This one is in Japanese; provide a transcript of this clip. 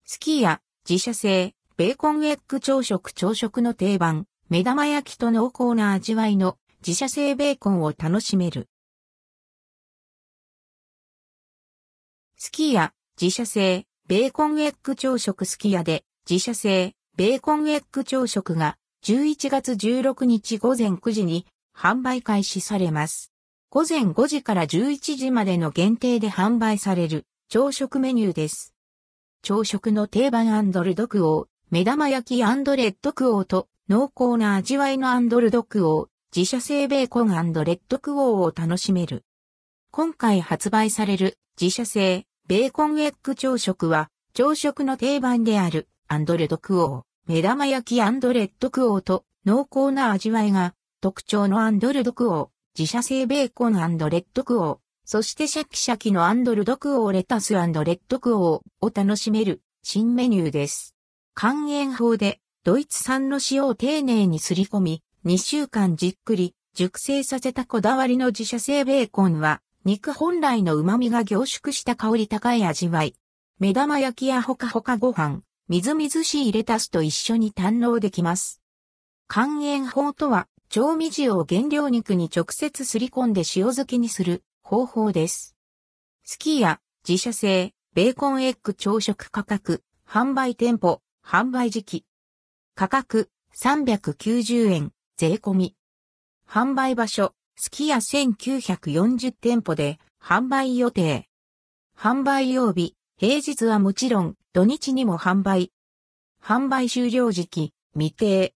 すき家、自社製、ベーコンエッグ朝食の定番、目玉焼きと濃厚な味わいの自社製ベーコンを楽しめる。すき家、自社製、ベーコンエッグ朝食すき家で、自社製、ベーコンエッグ朝食が11月16日午前9時に販売開始されます。午前5時から11時までの限定で販売される朝食メニューです。朝食の定番ルドクオー、目玉焼きレッドクオーと濃厚な味わいのルドクオー、自社製ベーコンレッドクオーを楽しめる。今回発売される自社製ベーコンエッグ朝食は朝食の定番であるレドクオー、目玉焼きレッドクオーと濃厚な味わいが特徴のルドクオー、自社製ベーコンレッドクオー、そしてシャキシャキのルドクオーレタスレッドクオーを楽しめる新メニューです。還元法でドイツ産の塩を丁寧にすり込み、2週間じっくり熟成させたこだわりの自社製ベーコンは、肉本来の旨味が凝縮した香り高い味わい。目玉焼きやほかほかご飯、みずみずしいレタスと一緒に堪能できます。還元法とは、調味塩を原料肉に直接すり込んで塩漬けにする方法です。すき家、自社製、ベーコンエッグ朝食価格、販売店舗、販売時期。価格、390円、税込み。販売場所、すき家1940店舗で販売予定。販売曜日、平日はもちろん土日にも販売。販売終了時期、未定。